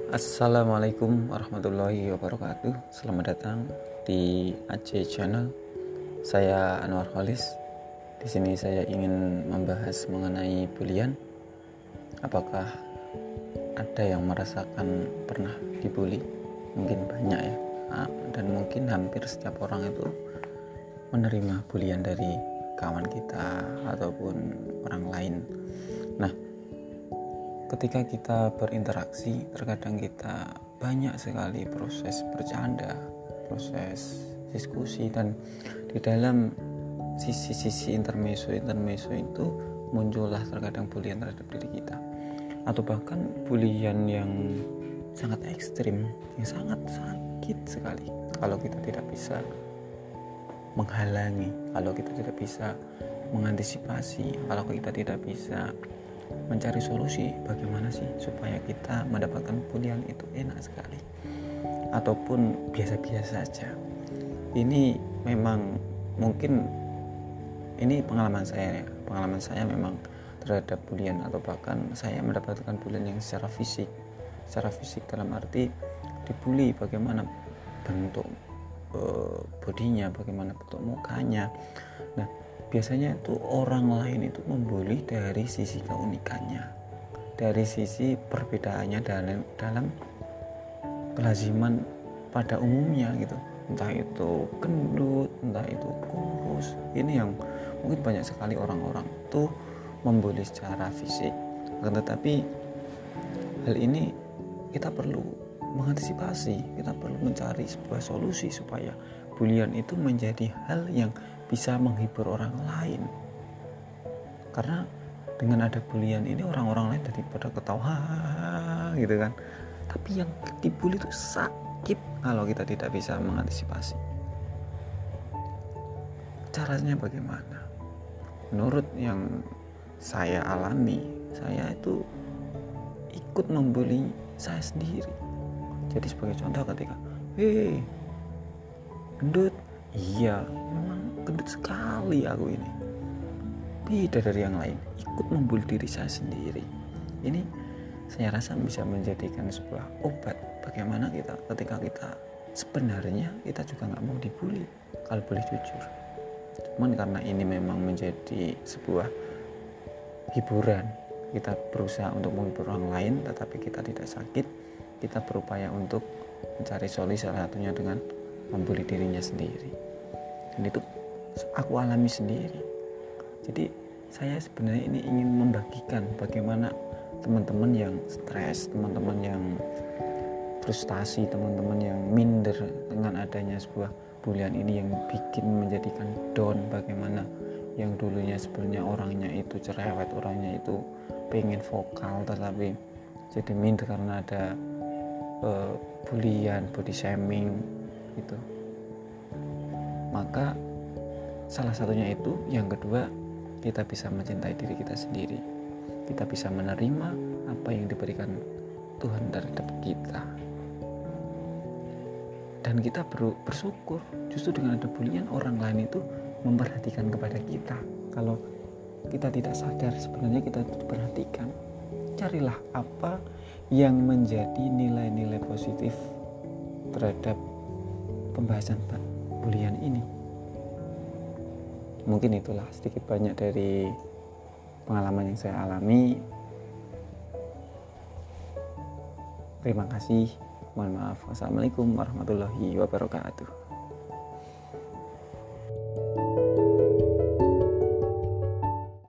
Assalamualaikum warahmatullahi wabarakatuh. Selamat datang di AC Channel. Saya Anwar Khalis. Di sini saya ingin membahas mengenai bulian. Apakah ada yang merasakan pernah dibully? Mungkin banyak ya. Dan mungkin hampir setiap orang itu menerima bulian dari kawan kita ataupun orang lain. Nah, ketika kita berinteraksi, terkadang kita banyak sekali proses bercanda, proses diskusi, dan di dalam sisi-sisi intermezzo itu muncullah terkadang bulian terhadap diri kita, atau bahkan bulian yang sangat ekstrim, yang sangat sakit sekali kalau kita tidak bisa menghalangi, kalau kita tidak bisa mengantisipasi, kalau kita tidak bisa mencari solusi bagaimana sih supaya kita mendapatkan bulian itu enak sekali ataupun biasa-biasa saja. Ini memang mungkin ini pengalaman saya memang terhadap bulian, atau bahkan saya mendapatkan bulian yang secara fisik dalam arti dibully bagaimana bentuk bodinya, bagaimana bentuk mukanya. Nah, biasanya itu orang lain itu membuli dari sisi keunikannya, dari sisi perbedaannya dalam kelaziman pada umumnya gitu. Entah itu gendut, entah itu kurus. Ini yang mungkin banyak sekali orang-orang tuh membuli secara fisik. Tetapi hal ini kita perlu mengantisipasi, kita perlu mencari sebuah solusi supaya bulian itu menjadi hal yang bisa menghibur orang lain. Karena dengan ada bulian ini orang-orang lain daripada ketawa gitu kan, tapi yang dibully itu sakit kalau kita tidak bisa mengantisipasi. Caranya bagaimana? Menurut yang saya alami, saya itu ikut membuli saya sendiri. Jadi sebagai contoh, ketika gendut, iya memang gendut sekali aku ini, beda dari yang lain, ikut membuli diri saya sendiri. Ini saya rasa bisa menjadikan sebuah obat bagaimana kita ketika kita sebenarnya kita juga nggak mau dibully, kalau boleh jujur. Cuman karena ini memang menjadi sebuah hiburan, kita berusaha untuk menghibur orang lain tetapi kita tidak sakit, kita berupaya untuk mencari solusi, salah satunya dengan membuli dirinya sendiri. Dan itu aku alami sendiri. Jadi saya sebenarnya ini ingin membagikan bagaimana teman-teman yang stres, teman-teman yang frustasi, teman-teman yang minder dengan adanya sebuah bulian ini yang bikin menjadikan down, bagaimana yang dulunya sebenarnya orangnya itu cerewet, orangnya itu pengen vokal tetapi jadi minder karena ada bulian, body shaming gitu. Maka salah satunya itu, yang kedua, kita bisa mencintai diri kita sendiri. Kita bisa menerima apa yang diberikan Tuhan terhadap kita. Dan kita bersyukur justru dengan ada bulian orang lain itu memperhatikan kepada kita. Kalau kita tidak sadar sebenarnya kita diperhatikan. Carilah apa yang menjadi nilai-nilai positif terhadap pembahasan bulian ini. Mungkin itulah sedikit banyak dari pengalaman yang saya alami. Terima kasih. Mohon maaf. Wassalamualaikum warahmatullahi wabarakatuh.